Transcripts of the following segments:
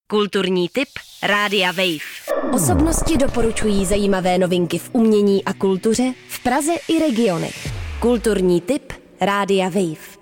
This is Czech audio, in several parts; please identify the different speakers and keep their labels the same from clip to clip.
Speaker 1: Kulturní tip Rádia Wave.
Speaker 2: Osobnosti doporučují zajímavé novinky v umění a kultuře v Praze i regionech. Kulturní tip Rádia Wave.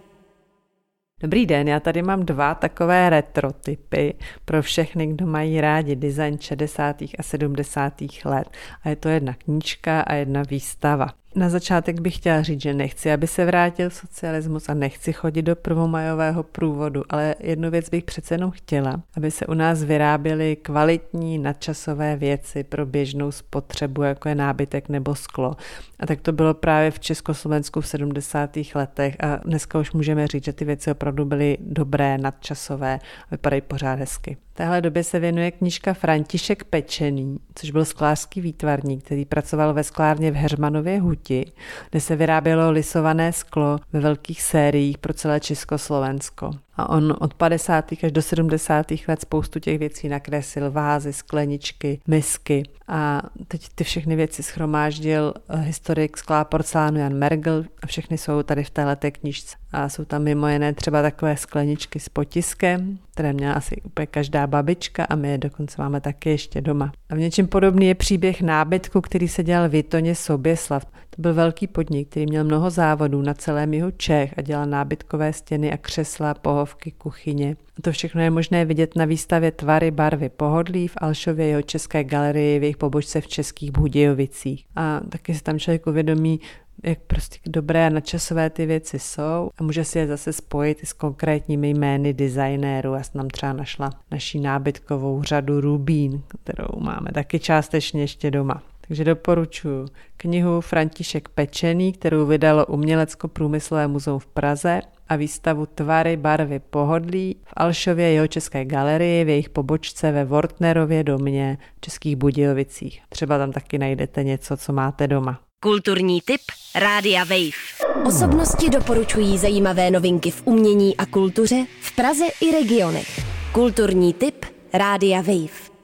Speaker 3: Dobrý den, já tady mám 2 takové retro tipy pro všechny, kdo mají rádi design 60. a 70. let. A je to jedna knížka a jedna výstava. Na začátek bych chtěla říct, že nechci, aby se vrátil socialismus a nechci chodit do prvomajového průvodu, ale jednu věc bych přece jenom chtěla, aby se u nás vyráběly kvalitní nadčasové věci pro běžnou spotřebu, jako je nábytek nebo sklo. A tak to bylo právě v Československu v 70. letech a dneska už můžeme říct, že ty věci opravdu byly dobré, nadčasové a vypadají pořád hezky. V téhle době se věnuje knížka František Pečený, což byl sklářský výtvarník, který pracoval ve sklárně v Heřmanově Huti, kde se vyrábělo lisované sklo ve velkých sériích pro celé Československo. A on od 50. až do 70. let spoustu těch věcí nakreslil, vázy, skleničky, misky. A teď ty všechny věci shromáždil historik skla a porcelánu Jan Mergl a všechny jsou tady v téhleté knížce. A jsou tam mimo jiné třeba takové skleničky s potiskem, které měla asi úplně každá babička a my je dokonce máme taky ještě doma. A v něčem podobný je příběh nábytku, který se dělal v Jitoně Soběslav. To byl velký podnik, který měl mnoho závodů na celém jihu Čech a dělal nábytkové stěny a křesla, pohovky, kuchyně. A to všechno je možné vidět na výstavě Tvary, barvy, pohodlí v Alšově Jihočeské galerii v jejich pobočce v Českých Budějovicích. A taky se tam člověk uvědomí, jak prostě dobré a nadčasové ty věci jsou a může si je zase spojit i s konkrétními jmény designérů. Já jsem tam třeba našla naší nábytkovou řadu Rubín, kterou máme taky částečně ještě doma. Takže doporučuji knihu František Pečený, kterou vydalo Umělecko-průmyslové muzeum v Praze a výstavu Tvary, barvy, pohodlí v Alšově Jihočeské galerii v jejich pobočce ve Wortnerově domě v Českých Budějovicích. Třeba tam taky najdete něco, co máte doma.
Speaker 1: Kulturní tip Rádia Wave.
Speaker 2: Osobnosti doporučují zajímavé novinky v umění a kultuře v Praze i regionech. Kulturní tip Rádia Wave.